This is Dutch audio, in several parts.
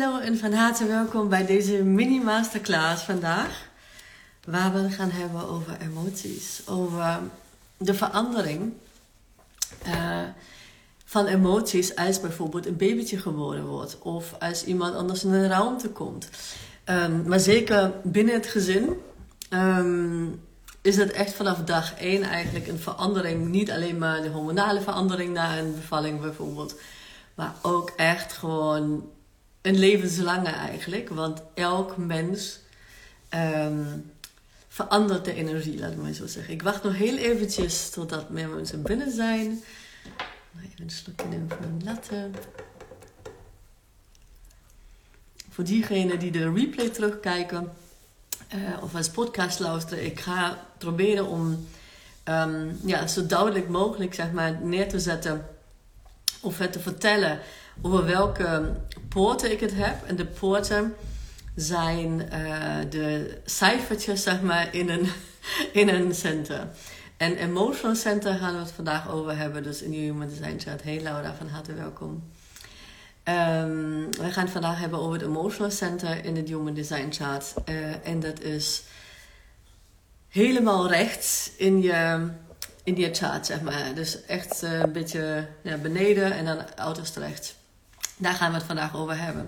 Hallo en van harte welkom bij deze mini-masterclass vandaag. Waar we het gaan hebben over emoties. Over de verandering van emoties als bijvoorbeeld een babytje geboren wordt. Of als iemand anders in een ruimte komt. Maar zeker binnen het gezin is het echt vanaf dag 1 eigenlijk een verandering. Niet alleen maar de hormonale verandering na een bevalling bijvoorbeeld. Maar ook echt gewoon een levenslange eigenlijk. Want elk mens verandert de energie, laat ik maar zo zeggen. Ik wacht nog heel eventjes totdat meer mensen binnen zijn. Even een slokje nemen van mijn latte. Voor diegenen die de replay terugkijken of als podcast luisteren. Ik ga proberen om zo duidelijk mogelijk zeg maar, neer te zetten of het te vertellen over welke poorten ik het heb. En de poorten zijn de cijfertjes zeg maar, in een center. En Emotional Center gaan we het vandaag over hebben. Dus in Human Design Chart. Hey Laura, van harte welkom. We gaan het vandaag hebben over het Emotional Center in het Human Design Chart. En dat is helemaal rechts in je chart, zeg maar. Dus echt een beetje beneden en dan uiterst rechts. Daar gaan we het vandaag over hebben.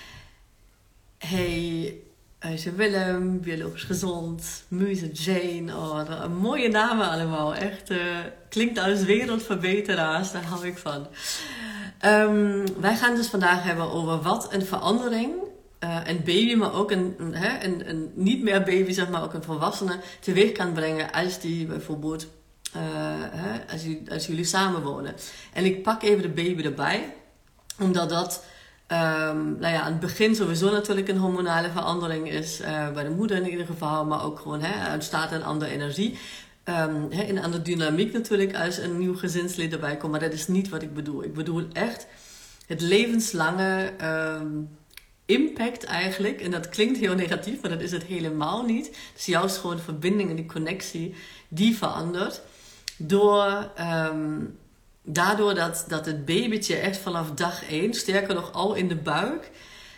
Hey, Aisha Willem, biologisch gezond, Muze Jane. Oh, mooie namen allemaal. Echt, klinkt als wereldverbeteraars, daar hou ik van. Wij gaan dus vandaag hebben over wat een verandering, een baby, maar ook een niet meer baby, zeg maar, ook een volwassene, teweeg kan brengen als die bijvoorbeeld, als jullie samenwonen. En ik pak even de baby erbij, omdat dat aan het begin sowieso natuurlijk een hormonale verandering is, bij de moeder in ieder geval, maar ook gewoon ontstaat een andere energie. Een andere dynamiek natuurlijk als een nieuw gezinslid erbij komt. Maar dat is niet wat ik bedoel. Ik bedoel echt het levenslange impact eigenlijk. En dat klinkt heel negatief, maar dat is het helemaal niet. Het is juist gewoon de verbinding en die connectie die verandert. Daardoor dat het babytje echt vanaf dag 1, sterker nog al in de buik,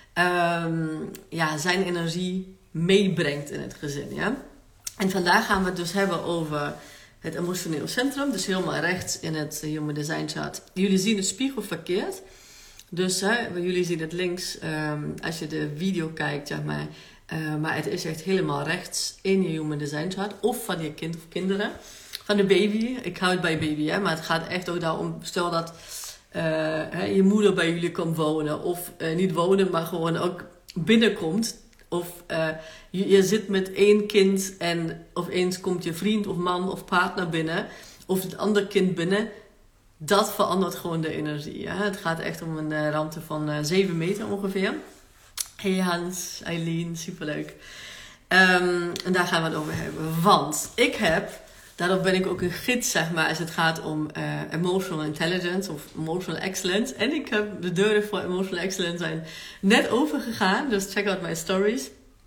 zijn energie meebrengt in het gezin. Ja? En vandaag gaan we het dus hebben over het emotioneel centrum. Dus helemaal rechts in het Human Design Chart. Jullie zien het spiegel verkeerd. Dus jullie zien het links als je de video kijkt. Zeg maar het is echt helemaal rechts in je Human Design Chart. Of van je kind of kinderen. Van de baby. Ik hou het bij baby. Hè, maar het gaat echt ook daarom. Stel dat je moeder bij jullie komt wonen. Of niet wonen, maar gewoon ook binnenkomt. Of je zit met 1 kind en opeens komt je vriend of man of partner binnen. Of het andere kind binnen. Dat verandert gewoon de energie. Ja? Het gaat echt om een ruimte van 7 meter ongeveer. Hey Hans, Eileen, superleuk. En daar gaan we het over hebben. Want daarop ben ik ook een gids, zeg maar, als het gaat om emotional intelligence of emotional excellence. En ik heb de deuren voor emotional excellence zijn net overgegaan. Dus check out my stories.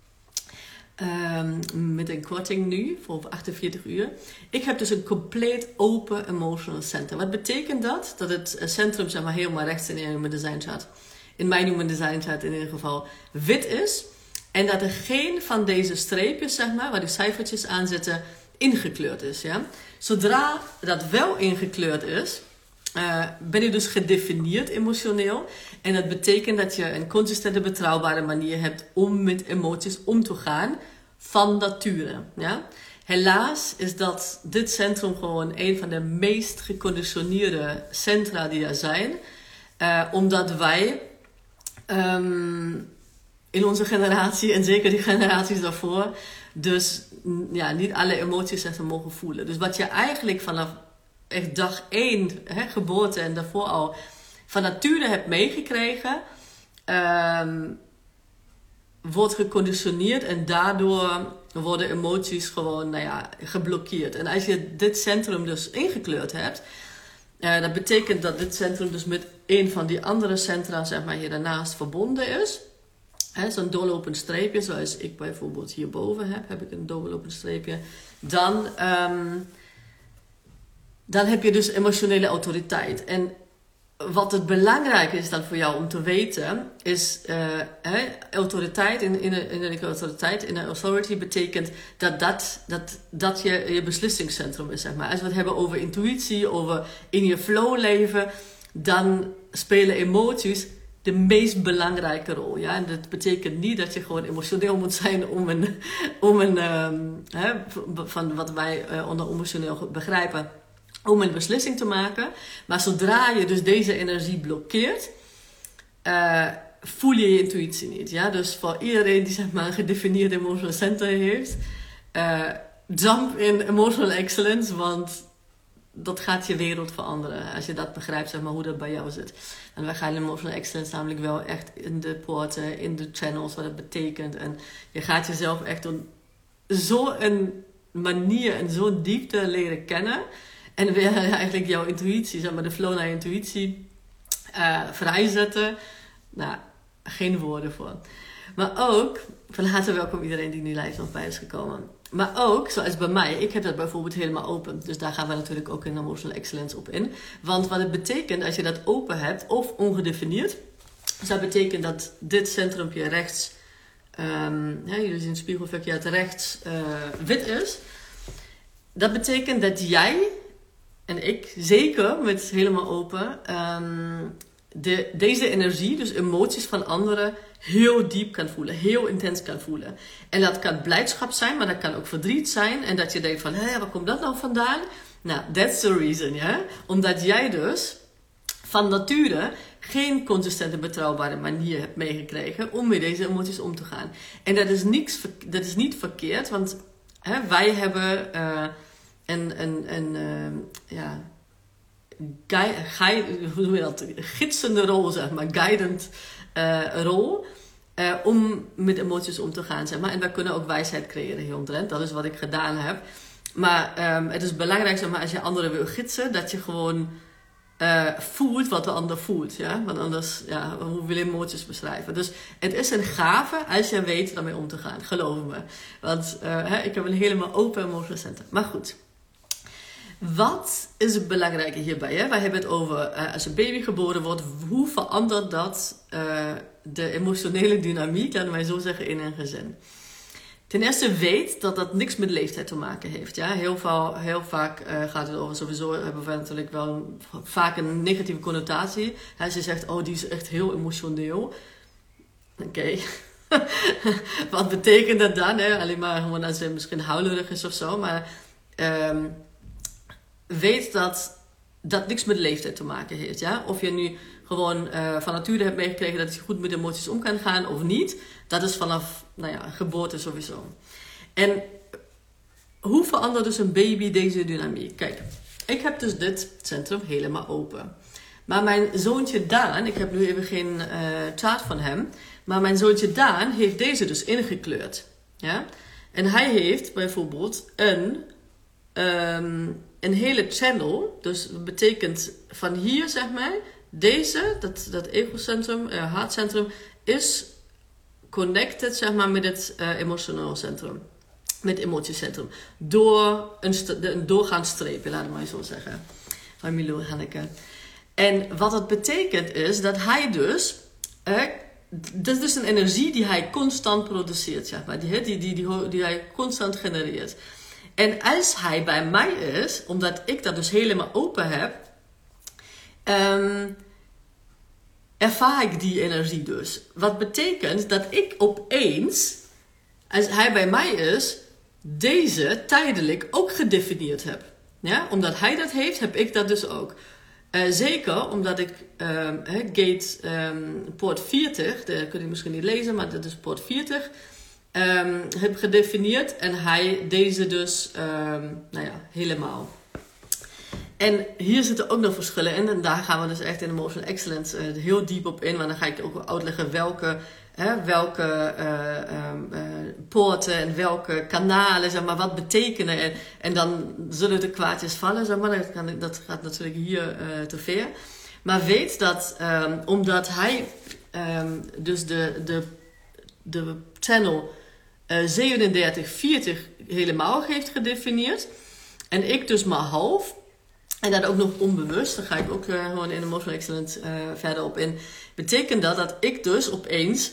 Met een korting nu voor 48 uur. Ik heb dus een compleet open emotional center. Wat betekent dat? Dat het centrum, zeg maar, helemaal rechts in Human Design Chart, in mijn Human Design Chart in ieder geval, wit is. En dat er geen van deze streepjes, zeg maar, waar die cijfertjes aan zitten, ingekleurd is. Ja? Zodra dat wel ingekleurd is, ben je dus gedefinieerd emotioneel. En dat betekent dat je een consistente, betrouwbare manier hebt om met emoties om te gaan van nature. Ja? Helaas is dat dit centrum gewoon een van de meest geconditioneerde centra die er zijn. Omdat wij in onze generatie en zeker die generaties daarvoor dus niet alle emoties echt mogen voelen. Dus wat je eigenlijk vanaf echt dag 1, geboorte en daarvoor al van nature hebt meegekregen, wordt geconditioneerd en daardoor worden emoties gewoon geblokkeerd. En als je dit centrum dus ingekleurd hebt, dat betekent dat dit centrum dus met een van die andere centra, zeg maar, hier daarnaast verbonden is. Zo'n doorlopend streepje, zoals ik bijvoorbeeld hierboven heb ik een doorlopend streepje. Dan heb je dus emotionele autoriteit. En wat het belangrijke is dan voor jou om te weten, is autoriteit in de autoriteit, in de authority betekent dat je beslissingscentrum is, zeg maar. Als we het hebben over intuïtie, over in je flow leven, dan spelen emoties de meest belangrijke rol. Ja? En dat betekent niet dat je gewoon emotioneel moet zijn van wat wij onder emotioneel begrijpen, om een beslissing te maken. Maar zodra je dus deze energie blokkeert, voel je je intuïtie niet. Ja? Dus voor iedereen die zeg maar een gedefinieerd emotional center heeft, jump in emotional excellence, want dat gaat je wereld veranderen. Als je dat begrijpt, zeg maar, hoe dat bij jou zit. En wij gaan in emotional excellence namelijk wel echt in de poorten, in de channels, wat het betekent. En je gaat jezelf echt op zo'n manier en zo'n diepte leren kennen. En weer eigenlijk jouw intuïtie, zeg maar, de flow naar je intuïtie vrijzetten. Nou, geen woorden voor. Maar ook, van harte welkom iedereen die nu live nog bij is gekomen. Maar ook, zoals bij mij, ik heb dat bijvoorbeeld helemaal open. Dus daar gaan we natuurlijk ook in emotional excellence op in. Want wat het betekent als je dat open hebt of ongedefinieerd. Dus dat betekent dat dit centrumpje rechts, jullie zien het spiegelvlekje uit rechts, wit is. Dat betekent dat jij en ik, zeker met helemaal open, deze energie, dus emoties van anderen, heel diep kan voelen, heel intens kan voelen. En dat kan blijdschap zijn, maar dat kan ook verdriet zijn. En dat je denkt van, waar komt dat nou vandaan? Nou, that's the reason, ja. Omdat jij dus van nature geen consistente, betrouwbare manier hebt meegekregen om met deze emoties om te gaan. En dat is niet verkeerd, want wij hebben hoe noem je dat? Gidsende rol, zeg maar, guidend rol, om met emoties om te gaan, zeg maar. En wij kunnen ook wijsheid creëren heel omtrent. Dat is wat ik gedaan heb. Maar het is belangrijk, zeg maar, als je anderen wil gidsen, dat je gewoon voelt wat de ander voelt, ja. Want anders, hoe wil je emoties beschrijven? Dus het is een gave als je weet daarmee om te gaan, geloof me. Want ik heb een helemaal open emotional center. Maar goed. Wat is het belangrijke hierbij? Hè? Wij hebben het over als een baby geboren wordt, hoe verandert dat de emotionele dynamiek, laten wij zo zeggen, in een gezin? Ten eerste weet dat niks met leeftijd te maken heeft. Ja? Heel vaak gaat het over, sowieso hebben we natuurlijk wel vaak een negatieve connotatie. Als je zegt, die is echt heel emotioneel. Oké. Wat betekent dat dan? Hè? Alleen maar gewoon als ze misschien huilerig is of zo, maar weet dat niks met leeftijd te maken heeft. Ja? Of je nu gewoon van nature hebt meegekregen dat je goed met emoties om kan gaan of niet. Dat is vanaf geboorte sowieso. En hoe verandert dus een baby deze dynamiek? Kijk, ik heb dus dit centrum helemaal open. Maar mijn zoontje Daan, ik heb nu even geen chart van hem. Maar mijn zoontje Daan heeft deze dus ingekleurd. Ja? En hij heeft bijvoorbeeld een hele channel, dus dat betekent van hier, zeg maar, dat egocentrum, hartcentrum, is connected, zeg maar, met het emotional centrum, met het emotiecentrum, door een doorgaand streepje, laten we maar zo zeggen, van Milo Hanneke. En wat dat betekent is dat hij dus, dat is dus een energie die hij constant produceert, zeg maar, die hij constant genereert. En als hij bij mij is, omdat ik dat dus helemaal open heb, ervaar ik die energie dus. Wat betekent dat ik opeens, als hij bij mij is, deze tijdelijk ook gedefinieerd heb. Ja? Omdat hij dat heeft, heb ik dat dus ook. Zeker omdat ik gate poort 40, dat kun je misschien niet lezen, maar dat is poort 40... heb gedefinieerd en hij deze dus helemaal. En hier zitten ook nog verschillen in en daar gaan we dus echt in Emotional Excellence heel diep op in, want dan ga ik ook uitleggen welke poorten en welke kanalen, zeg maar, wat betekenen en dan zullen de kwaadjes vallen, zeg maar, dat gaat natuurlijk hier te ver. Maar weet dat omdat hij dus de channel 3740 helemaal heeft gedefinieerd en ik dus maar half, en dat ook nog onbewust, daar ga ik ook gewoon in Emotional Excellence verder op in, betekent dat ik dus opeens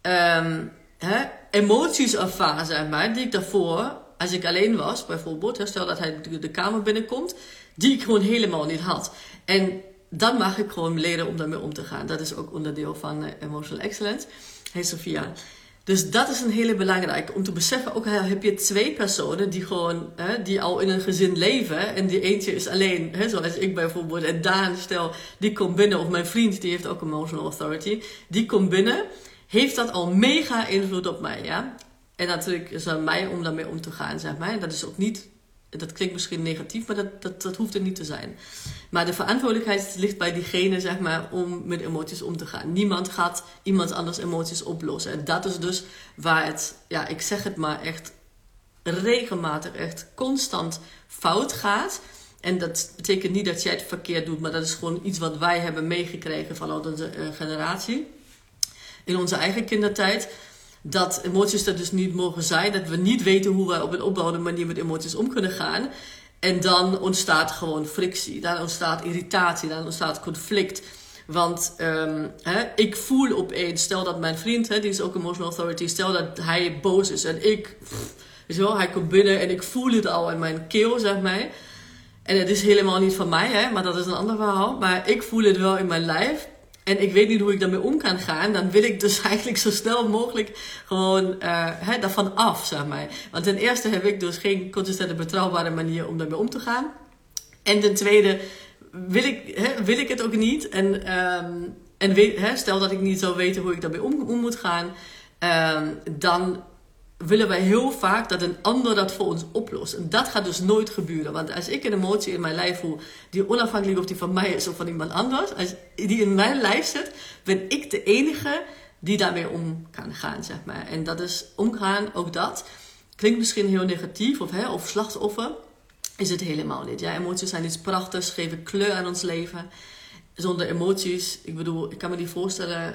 emoties ervaar, zeg maar, die ik daarvoor, als ik alleen was, bijvoorbeeld, stel dat hij de kamer binnenkomt, die ik gewoon helemaal niet had. En dan mag ik gewoon leren om daarmee om te gaan. Dat is ook onderdeel van Emotional Excellence. Hey Sophia. Dus dat is een hele belangrijke. Om te beseffen, ook heb je 2 personen die gewoon, die al in een gezin leven. En die eentje is alleen, zoals ik bijvoorbeeld. En Daan, stel, die komt binnen. Of mijn vriend, die heeft ook Emotional Authority. Die komt binnen. Heeft dat al mega invloed op mij, ja. En natuurlijk is het aan mij om daarmee om te gaan, zeg maar. En dat is ook niet, dat klinkt misschien negatief, maar dat hoeft het niet te zijn. Maar de verantwoordelijkheid ligt bij diegene, zeg maar, om met emoties om te gaan. Niemand gaat iemand anders emoties oplossen. En dat is dus waar het, ja, ik zeg het maar echt regelmatig, echt constant fout gaat. En dat betekent niet dat jij het verkeerd doet, maar dat is gewoon iets wat wij hebben meegekregen vanuit onze generatie. In onze eigen kindertijd. Dat emoties er dus niet mogen zijn. Dat we niet weten hoe wij op een opbouwende manier met emoties om kunnen gaan. En dan ontstaat gewoon frictie. Dan ontstaat irritatie. Dan ontstaat conflict. Want ik voel opeens, stel dat mijn vriend, die is ook Emotional Authority, stel dat hij boos is. En weet je wel, hij komt binnen en ik voel het al in mijn keel, zeg maar. En het is helemaal niet van mij, maar dat is een ander verhaal. Maar ik voel het wel in mijn lijf. En ik weet niet hoe ik daarmee om kan gaan. Dan wil ik dus eigenlijk zo snel mogelijk gewoon daarvan af, zeg maar. Want ten eerste heb ik dus geen consistente, betrouwbare manier om daarmee om te gaan. En ten tweede wil ik het ook niet. En stel dat ik niet zou weten hoe ik daarmee om moet gaan. Dan willen wij heel vaak dat een ander dat voor ons oplost. En dat gaat dus nooit gebeuren. Want als ik een emotie in mijn lijf voel, die onafhankelijk of die van mij is of van iemand anders, als die in mijn lijf zit, ben ik de enige die daarmee om kan gaan, zeg maar. En dat is omgaan, ook dat. Klinkt misschien heel negatief of slachtoffer. Is het helemaal niet. Ja, emoties zijn iets prachtigs, geven kleur aan ons leven. Zonder emoties, ik bedoel, ik kan me niet voorstellen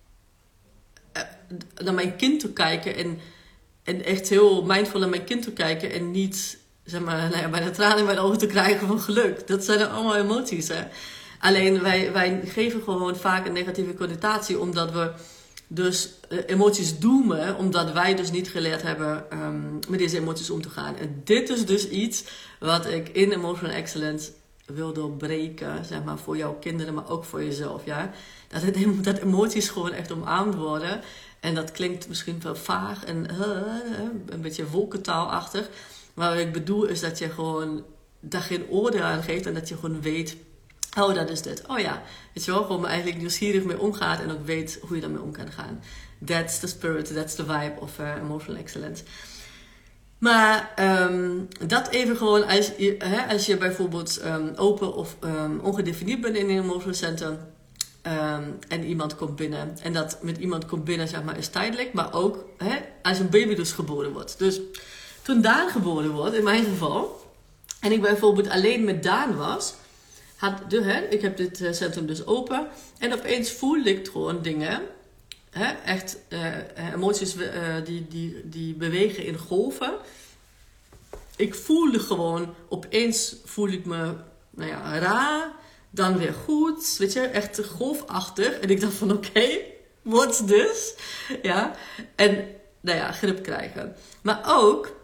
naar mijn kind te kijken en echt heel mindful naar mijn kind te kijken en niet, zeg maar, bijna tranen in mijn ogen te krijgen van geluk. Dat zijn er allemaal emoties, hè. Alleen wij geven gewoon vaak een negatieve connotatie, omdat we dus emoties doemen, omdat wij dus niet geleerd hebben met deze emoties om te gaan. En dit is dus iets wat ik in Emotional Excellence wil doorbreken, zeg maar, voor jouw kinderen, maar ook voor jezelf, ja. Dat emoties gewoon echt omarmd worden. En dat klinkt misschien wel vaag en een beetje wolkentaalachtig. Maar wat ik bedoel is dat je gewoon daar geen oordeel aan geeft. En dat je gewoon weet, oh, dat is dit. Oh ja, weet je wel, gewoon eigenlijk nieuwsgierig mee omgaat. En ook weet hoe je daarmee om kan gaan. That's the spirit, that's the vibe of Emotional Excellence. Maar dat even gewoon als je bijvoorbeeld open of ongedefinieerd bent in een Emotional Center. En iemand komt binnen. En dat met iemand komt binnen, zeg maar, is tijdelijk. Maar ook als een baby dus geboren wordt. Dus toen Daan geboren wordt, in mijn geval. En ik bijvoorbeeld alleen met Daan was. Ik heb dit centrum dus open. En opeens voelde ik gewoon dingen. Echt emoties die bewegen in golven. Ik voelde gewoon, opeens voelde ik me raar. Dan weer goed, weet je, echt golfachtig. En ik dacht van oké, what's this? Ja, en grip krijgen. Maar ook,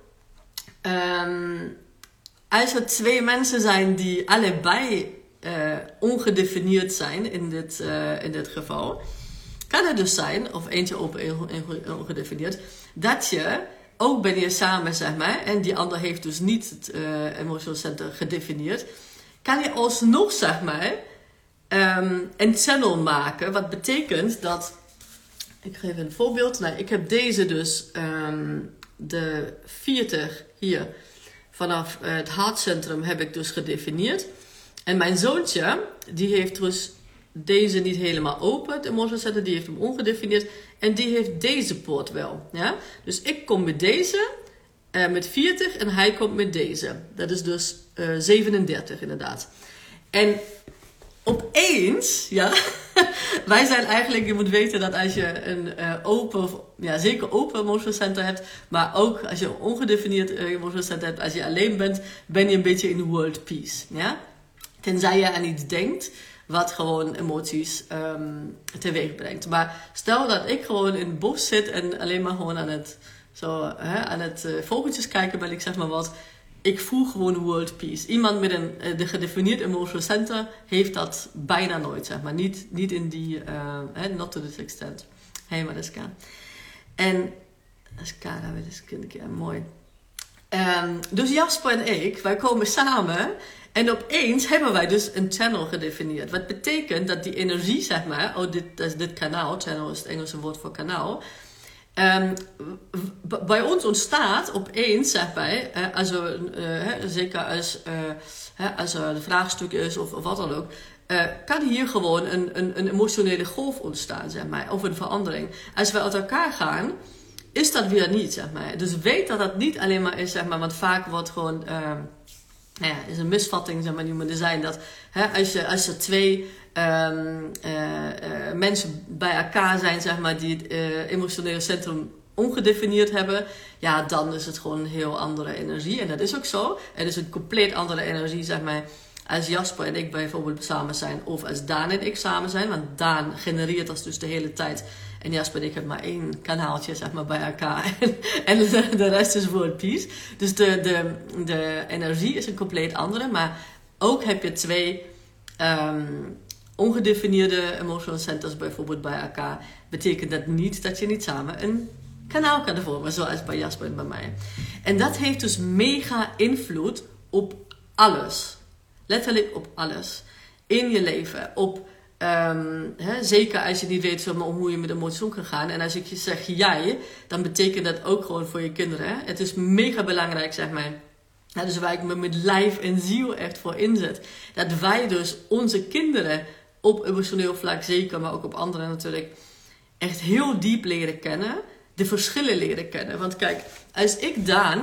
als er 2 mensen zijn die allebei ongedefinieerd zijn in dit geval, kan het dus zijn, of eentje open en ongedefinieerd, dat je, ook ben je samen, zeg maar, en die ander heeft dus niet het Emotional Center gedefinieerd, kan je alsnog, zeg maar, een channel maken. Wat betekent dat, ik geef een voorbeeld. Ik heb deze dus, de 40 hier, vanaf het hartcentrum heb ik dus gedefinieerd. En mijn zoontje, die heeft dus deze niet helemaal open, het Emotional Center, die heeft hem ongedefinieerd. En die heeft deze poort wel. Ja? Dus ik kom met deze, met 40 en hij komt met deze. Dat is dus 37 inderdaad. En opeens, ja, wij zijn eigenlijk, je moet weten dat als je een zeker open Emotional Center hebt, maar ook als je een ongedefinieerd Emotional Center hebt, als je alleen bent, ben je een beetje in world peace. Ja? Tenzij je aan iets denkt wat gewoon emoties teweeg brengt. Maar stel dat ik gewoon in het bos zit en alleen maar gewoon aan het vogeltjes kijken ben, ik zeg maar wat. Ik voel gewoon world peace. Iemand met de gedefinieerd emotional center heeft dat bijna nooit, zeg maar. Niet in die, not to this extent. Hey, maar dat is K. En, dat is K, dat is kindje, mooi. Dus Jasper en ik, wij komen samen en opeens hebben wij dus een channel gedefinieerd. Wat betekent dat die energie, zeg maar, dit kanaal, channel is het Engelse woord voor kanaal, bij ons ontstaat opeens, zeg maar, zeker als er een vraagstuk is of wat dan ook, kan hier gewoon een emotionele golf ontstaan, zeg maar, of een verandering. Als we uit elkaar gaan, is dat weer niet, zeg maar. Dus weet dat dat niet alleen maar is, zeg maar, want vaak wordt gewoon, is een misvatting, zeg maar, human design, dat als er twee mensen bij elkaar zijn, zeg maar, die het emotionele centrum ongedefinieerd hebben, ja, dan is het gewoon een heel andere energie. En dat is ook zo. Het is een compleet andere energie, zeg maar, als Jasper en ik bijvoorbeeld samen zijn, of als Daan en ik samen zijn. Want Daan genereert dat dus de hele tijd. En Jasper en ik hebben maar één kanaaltje, zeg maar, bij elkaar. En de rest is world peace. Dus de energie is een compleet andere. Maar ook heb je twee ongedefinieerde emotional centers bijvoorbeeld bij elkaar. Betekent dat niet dat je niet samen een kanaal kan vormen, zoals bij Jasper en bij mij. En dat heeft dus mega invloed op alles. Letterlijk op alles. In je leven. Zeker als je niet weet om hoe je met emoties om kan gaan. En als ik je zeg jij, dan betekent dat ook gewoon voor je kinderen. Hè? Het is mega belangrijk, zeg maar. Ja, dus waar ik me met lijf en ziel echt voor inzet. Dat wij dus onze kinderen op emotioneel vlak zeker, maar ook op anderen natuurlijk, echt heel diep leren kennen. De verschillen leren kennen. Want kijk, als ik Daan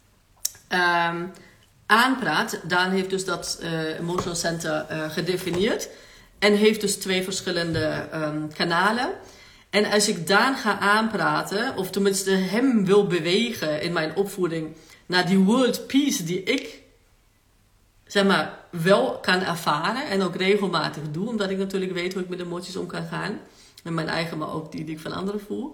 aanpraat. Daan heeft dus dat emotional center gedefinieerd. En heeft dus twee verschillende kanalen. En als ik Daan ga aanpraten, of tenminste hem wil bewegen in mijn opvoeding naar die world peace die ik, zeg maar, wel kan ervaren en ook regelmatig doe, omdat ik natuurlijk weet hoe ik met emoties om kan gaan. En mijn eigen, maar ook die ik van anderen voel.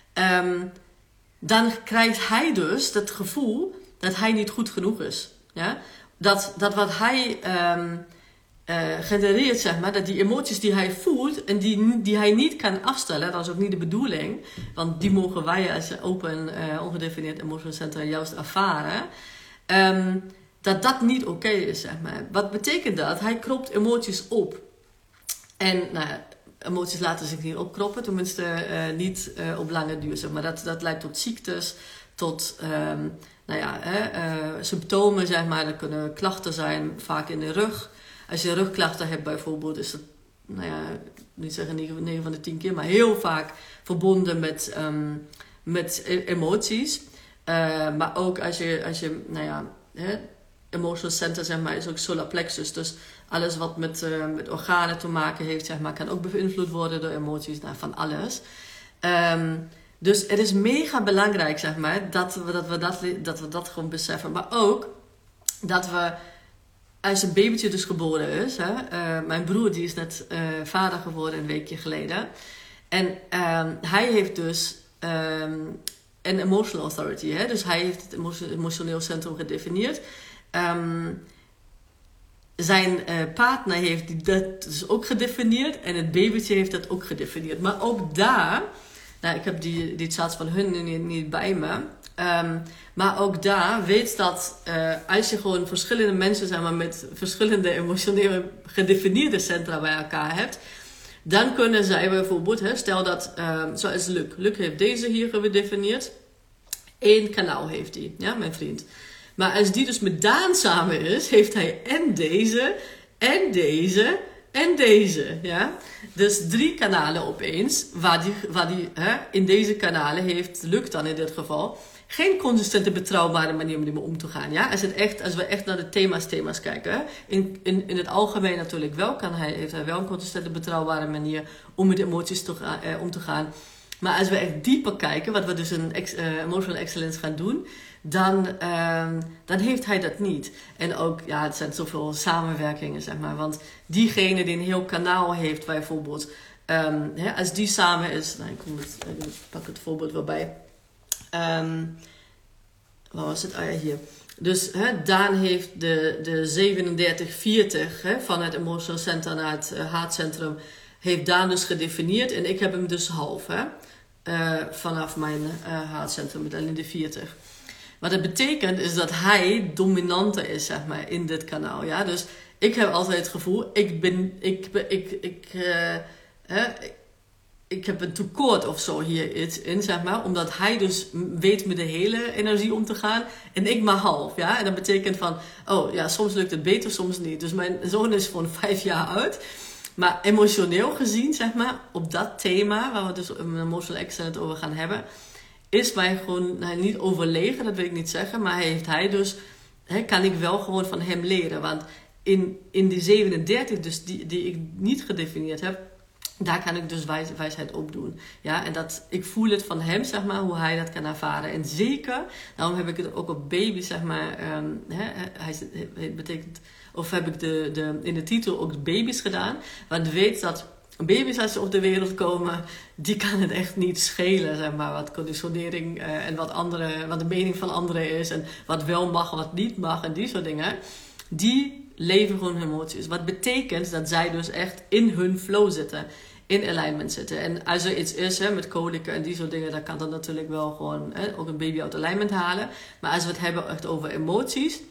Dan krijgt hij dus dat gevoel dat hij niet goed genoeg is. Ja? Dat wat hij genereert, zeg maar, dat die emoties die hij voelt en die hij niet kan afstellen, dat is ook niet de bedoeling, want die mogen wij als open, ongedefinieerd emotional center juist ervaren, dat niet oké is, zeg maar. Wat betekent dat? Hij kropt emoties op. En emoties laten zich niet opkroppen, tenminste niet op lange duur, zeg maar. Dat leidt tot ziektes, tot symptomen, zeg maar. Dat kunnen klachten zijn, vaak in de rug. Als je rugklachten hebt bijvoorbeeld, is dat, niet zeggen 9 van de 10 keer, maar heel vaak verbonden met emoties. Maar ook als je emotional center, zeg maar, is ook solar plexus. Dus alles wat met organen te maken heeft, zeg maar, kan ook beïnvloed worden door emoties, van alles. Dus het is mega belangrijk, zeg maar, dat we dat gewoon beseffen. Maar ook dat we, als een babytje dus geboren is, mijn broer die is net vader geworden een weekje geleden. En hij heeft dus een emotional authority. Dus hij heeft het emotioneel centrum gedefinieerd. Zijn partner heeft dat dus ook gedefinieerd. En het babytje heeft dat ook gedefinieerd. Maar ook daar, ik heb die charts van hun niet bij me. Maar ook daar weet dat als je gewoon verschillende mensen, zeg maar, met verschillende emotionele gedefinieerde centra bij elkaar hebt, dan kunnen zij bijvoorbeeld, stel dat, zoals Luc heeft deze hier gedefinieerd, 1 kanaal heeft hij, ja, mijn vriend. Maar als die dus met Daan samen is, heeft hij en deze, en deze, en deze. Ja? Dus 3 kanalen opeens, waar die in deze kanalen heeft Luc dan in dit geval geen consistente, betrouwbare manier om mee om te gaan. Ja? Als we echt naar de thema's kijken. In het algemeen natuurlijk wel. Heeft hij wel een consistente, betrouwbare manier om met emoties om te gaan. Maar als we echt dieper kijken, wat we dus in Emotional Excellence gaan doen, dan heeft hij dat niet. En ook, ja, het zijn zoveel samenwerkingen, zeg maar. Want diegene die een heel kanaal heeft, bijvoorbeeld, als die samen is, nou, ik pak het voorbeeld wel bij. Waar was het? Oh ja, hier. Dus Daan heeft de 3740 van het Emotional Center naar het Haartcentrum, heeft Daan dus gedefinieerd. En ik heb hem dus half, vanaf mijn Haartcentrum met alleen de 40. Wat dat betekent is dat hij dominanter is, zeg maar, in dit kanaal. Ja? Dus ik heb altijd het gevoel, ik heb een tekort of zo hierin, zeg maar. Omdat hij dus weet met de hele energie om te gaan. En ik maar half, ja. En dat betekent van, oh ja, soms lukt het beter, soms niet. Dus mijn zoon is gewoon 5 jaar oud. Maar emotioneel gezien, zeg maar, op dat thema, waar we dus een Emotional Excellence over gaan hebben, is mij gewoon niet overlegen, dat wil ik niet zeggen. Maar hij dus, kan ik wel gewoon van hem leren. Want in die 37, dus die ik niet gedefinieerd heb, daar kan ik dus wijsheid op doen. Ja, en ik voel het van hem, zeg maar, hoe hij dat kan ervaren. En zeker, daarom heb ik het ook op baby, zeg maar, het betekent, of heb ik in de titel ook baby's gedaan. Want weet dat baby's, als ze op de wereld komen, die kan het echt niet schelen, zeg maar, wat conditionering en wat de mening van anderen is. En wat wel mag en wat niet mag en die soort dingen. Die leven gewoon emoties. Wat betekent dat zij dus echt in hun flow zitten. In alignment zitten. En als er iets is met koliken en die soort dingen, dan kan dat natuurlijk wel gewoon ook een baby uit alignment halen. Maar als we het hebben echt over emoties,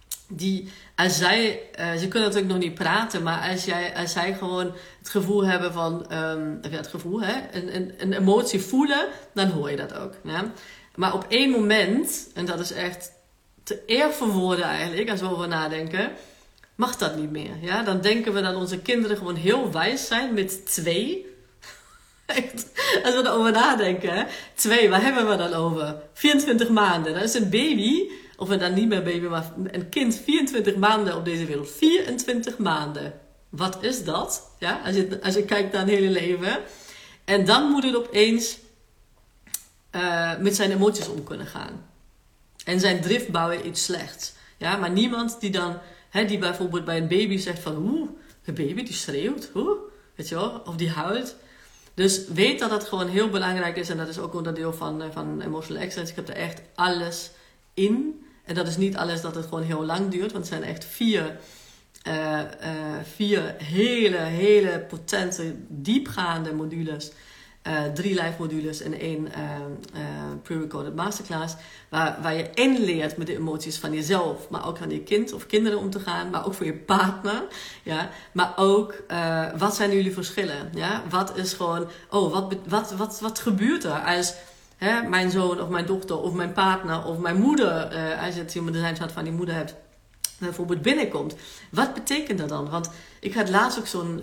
ze kunnen natuurlijk nog niet praten, maar als zij gewoon het gevoel hebben van, een emotie voelen, dan hoor je dat ook. Ja? Maar op één moment, en dat is echt te erg voor woorden eigenlijk, als we over nadenken, mag dat niet meer. Ja? Dan denken we dat onze kinderen gewoon heel wijs zijn met 2. Echt, als we erover nadenken. 2, waar hebben we dan over? 24 maanden. Dat is een baby, of dan niet meer baby, maar een kind 24 maanden op deze wereld. 24 maanden. Wat is dat? Ja? Als je kijkt naar het hele leven. En dan moet het opeens met zijn emoties om kunnen gaan. En zijn drift bouwen iets slechts. Ja? Maar niemand die dan, die bijvoorbeeld bij een baby zegt van, de baby die schreeuwt, weet je wel, of die huilt. Dus weet dat dat gewoon heel belangrijk is. En dat is ook onderdeel van Emotional Excellence. Ik heb er echt alles in. En dat is niet alles dat het gewoon heel lang duurt. Want het zijn echt 4 hele potente, diepgaande modules. 3 live modules en 1 pre-recorded masterclass. Waar je inleert met de emoties van jezelf. Maar ook van je kind of kinderen om te gaan. Maar ook voor je partner. Ja? Maar ook, wat zijn jullie verschillen? Ja? Wat is gewoon, wat gebeurt er als mijn zoon of mijn dochter of mijn partner of mijn moeder, als je het Human Design Chart van die moeder hebt, bijvoorbeeld binnenkomt. Wat betekent dat dan? Want ik had laatst ook zo'n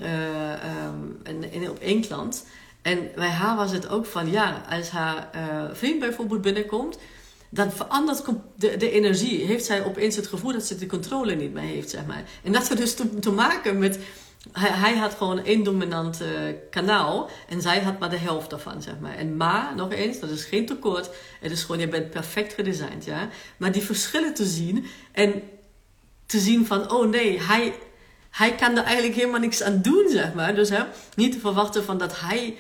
op 1 klant. En bij haar was het ook van, ja, als haar vriend bijvoorbeeld binnenkomt, dan verandert de energie. Heeft zij opeens het gevoel dat ze de controle niet meer heeft, zeg maar. En dat had dus te maken met, hij had gewoon 1 dominant kanaal en zij had maar de helft daarvan, zeg maar. Maar, nog eens, dat is geen tekort. Het is gewoon, je bent perfect gedesigned, ja. Maar die verschillen te zien en te zien van, oh nee, hij kan er eigenlijk helemaal niks aan doen, zeg maar. Dus niet te verwachten van dat hij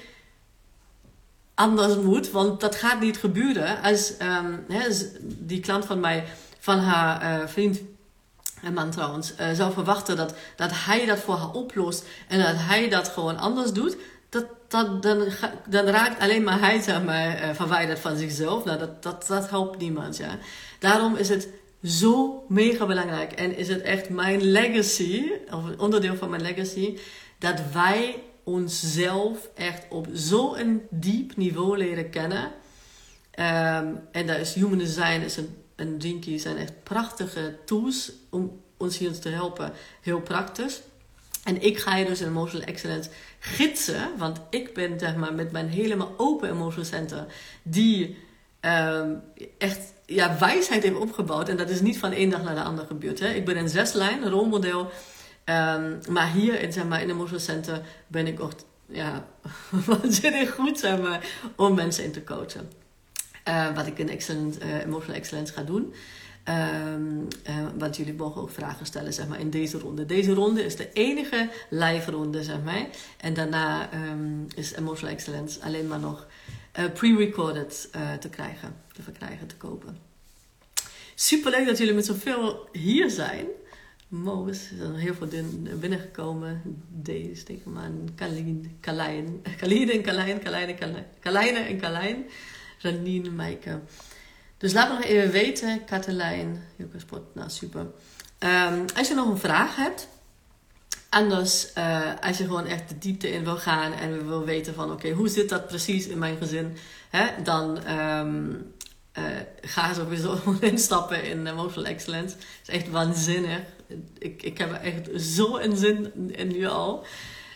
anders moet, want dat gaat niet gebeuren. Als die klant van mij, van haar vriend en man trouwens, zou verwachten dat hij dat voor haar oplost en dat hij dat gewoon anders doet, dan raakt alleen maar hij, zeg maar, verwijderd van zichzelf. Nou, dat helpt niemand, ja. Daarom is het zo mega belangrijk en is het echt mijn legacy, of een onderdeel van mijn legacy, dat wij onszelf echt op zo'n diep niveau leren kennen. En daar is Human Design en Jinky zijn echt prachtige tools om ons hier te helpen. Heel praktisch. En ik ga je dus in Emotional Excellence gidsen, want ik ben, zeg maar, met mijn helemaal open Emotional Center die echt wijsheid heeft opgebouwd. En dat is niet van de ene dag naar de andere gebeurd. Hè. Ik ben een 6-lijn, een rolmodel. Maar hier in Emotional Center ben ik ook waanzinnig goed, zeg maar, om mensen in te coachen. Wat ik in Emotional Excellence ga doen. Want jullie mogen ook vragen stellen, zeg maar, in deze ronde. Deze ronde is de enige live ronde, zeg maar. En daarna is Emotional Excellence alleen maar nog pre-recorded te verkrijgen, te kopen. Superleuk dat jullie met zoveel hier zijn. Mo is er heel veel binnengekomen. Deze, steek hem aan. Kalijne en Kalijn. Ranine, Maaike. Dus laat me nog even weten. Katelijn. Joke Sport. Nou, super. Als je nog een vraag hebt. Anders, als je gewoon echt de diepte in wil gaan. En wil weten van, oké, hoe zit dat precies in mijn gezin? Hè? Dan ga sowieso instappen in Emotional Excellence. Het is echt waanzinnig. Ik heb er echt zo een zin in nu al.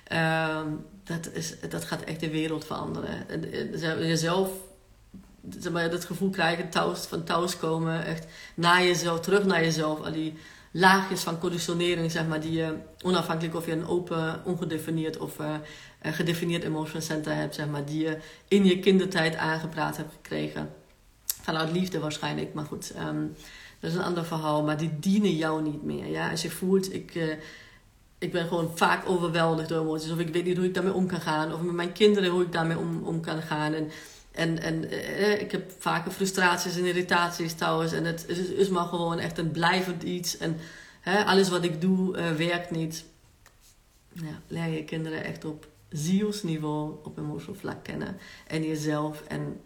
Dat gaat echt de wereld veranderen. Jezelf, zeg maar, dat gevoel krijgen van thuiskomen, echt naar jezelf, terug naar jezelf. Al die laagjes van conditionering, zeg maar, die je onafhankelijk of je een open, ongedefinieerd of gedefinieerd emotional center hebt, zeg maar, die je in je kindertijd aangepraat hebt gekregen. Vanuit liefde waarschijnlijk, maar goed, dat is een ander verhaal. Maar die dienen jou niet meer. Ja? Als je voelt, ik ben gewoon vaak overweldigd door emoties. Of ik weet niet hoe ik daarmee om kan gaan. Of met mijn kinderen hoe ik daarmee om kan gaan. En ik heb vaker frustraties en irritaties trouwens. En het is maar gewoon echt een blijvend iets. En alles wat ik doe werkt niet. Ja, leer je kinderen echt op zielsniveau, op emotional vlak kennen. En jezelf. En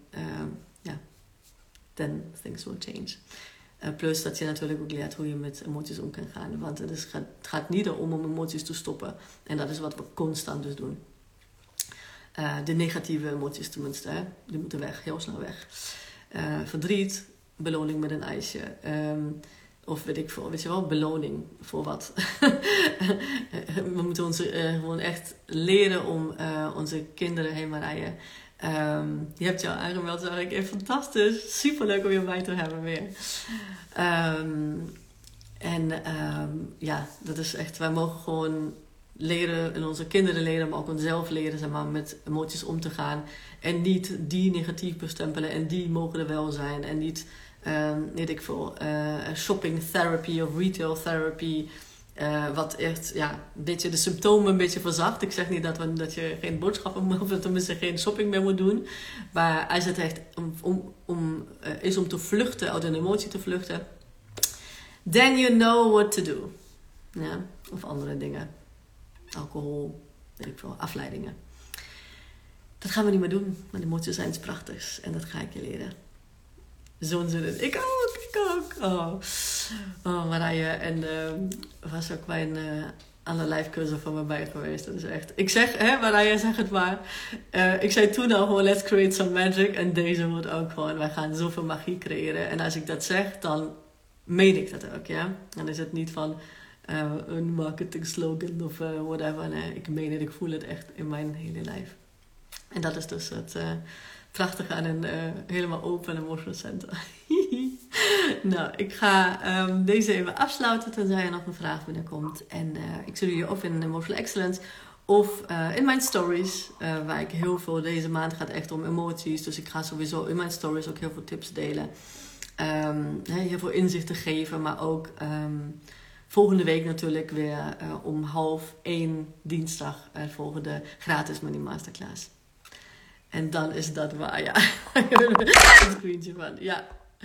then things will change. Plus dat je natuurlijk ook leert hoe je met emoties om kan gaan. Want het gaat niet om emoties te stoppen. En dat is wat we constant dus doen. De negatieve emoties tenminste. Hè? Die moeten weg, heel snel weg. Verdriet, beloning met een ijsje. Of weet ik veel, weet je wel, beloning voor wat. We moeten ons gewoon echt leren om onze kinderen heen te rijden. Je hebt jou aangemeld, zag ik. Fantastisch. Superleuk om je bij te hebben weer. Dat is echt, wij mogen gewoon leren, en onze kinderen leren, maar ook onszelf leren, zeg maar, met emoties om te gaan. En niet die negatief bestempelen en die mogen er wel zijn. En niet, weet ik veel, shopping therapy of retail therapy. Wat echt, een beetje de symptomen een beetje verzacht. Ik zeg niet dat je geen boodschappen of tenminste geen shopping meer moet doen. Maar als het echt is om te vluchten, uit een emotie te vluchten, then you know what to do. Ja, of andere dingen. Alcohol, weet ik veel, afleidingen. Dat gaan we niet meer doen. Maar emoties zijn iets prachtigs. En dat ga ik je leren. Zo'n zin in. Ik ook. Oh, Marije. En was ook bij een andere live cursus van me bij geweest. Dat is echt... Ik zeg, Marije, zeg het maar. Ik zei toen al gewoon, let's create some magic. En deze wordt ook gewoon, wij gaan zoveel magie creëren. En als ik dat zeg, dan meen ik dat ook, ja. Dan is het niet van een marketing slogan of whatever. Nee, ik meen het, ik voel het echt in mijn hele lijf. En dat is dus het... prachtig aan een helemaal open emotional center. Nou, ik ga deze even afsluiten tenzij er nog een vraag binnenkomt. En ik zie jullie of in Emotional Excellence of in mijn stories. Waar ik heel veel, deze maand gaat echt om emoties. Dus ik ga sowieso in mijn stories ook heel veel tips delen. Heel veel inzichten geven. Maar ook volgende week natuurlijk weer om 12:30 dinsdag. Volgende gratis Money Masterclass. En dan is dat waar, ja. Een screentje van, ja.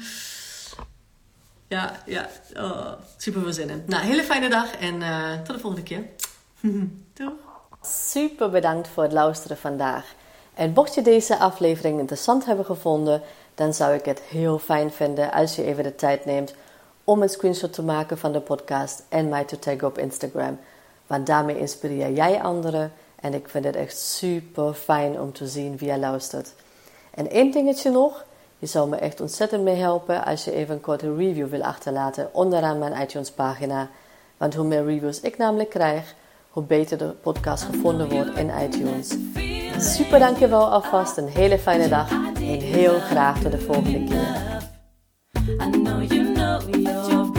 Ja. Oh, super veel zin in. Nou, hele fijne dag en tot de volgende keer. Doeg. Super bedankt voor het luisteren vandaag. En mocht je deze aflevering interessant hebben gevonden, dan zou ik het heel fijn vinden als je even de tijd neemt om een screenshot te maken van de podcast en mij te taggen op Instagram. Want daarmee inspireer jij anderen. En ik vind het echt super fijn om te zien wie je luistert. En één dingetje nog. Je zou me echt ontzettend mee helpen als je even een korte review wil achterlaten onderaan mijn iTunes pagina. Want hoe meer reviews ik namelijk krijg, hoe beter de podcast gevonden wordt in iTunes. Super dankjewel alvast. Een hele fijne dag. En heel graag tot de volgende keer.